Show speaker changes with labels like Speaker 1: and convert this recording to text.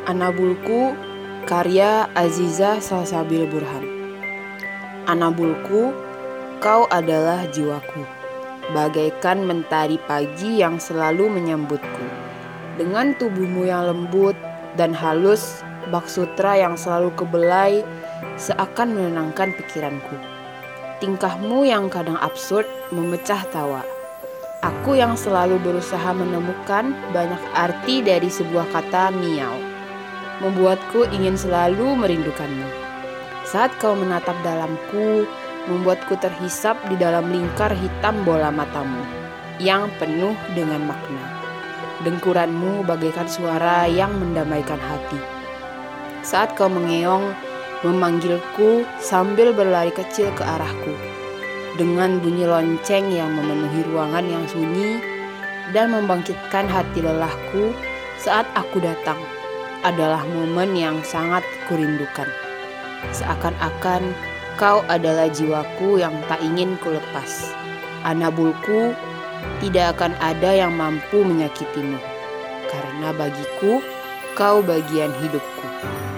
Speaker 1: Anabulku, karya Aziza Salsabil Burhan. Anabulku, kau adalah jiwaku, bagaikan mentari pagi yang selalu menyambutku. Dengan tubuhmu yang lembut dan halus, bak sutra yang selalu kebelai, seakan menenangkan pikiranku. Tingkahmu yang kadang absurd memecah tawa. Aku yang selalu berusaha menemukan banyak arti dari sebuah kata miau, membuatku ingin selalu merindukanmu. Saat kau menatap dalamku, membuatku terhisap di dalam lingkar hitam bola matamu yang penuh dengan makna. Dengkuranmu bagaikan suara yang mendamaikan hati. Saat kau mengeong, memanggilku sambil berlari kecil ke arahku, dengan bunyi lonceng yang memenuhi ruangan yang sunyi dan membangkitkan hati lelahku saat aku datang, adalah momen yang sangat kurindukan. Seakan-akan kau adalah jiwaku yang tak ingin kulepas. Anabulku, tidak akan ada yang mampu menyakitimu, karena bagiku kau bagian hidupku.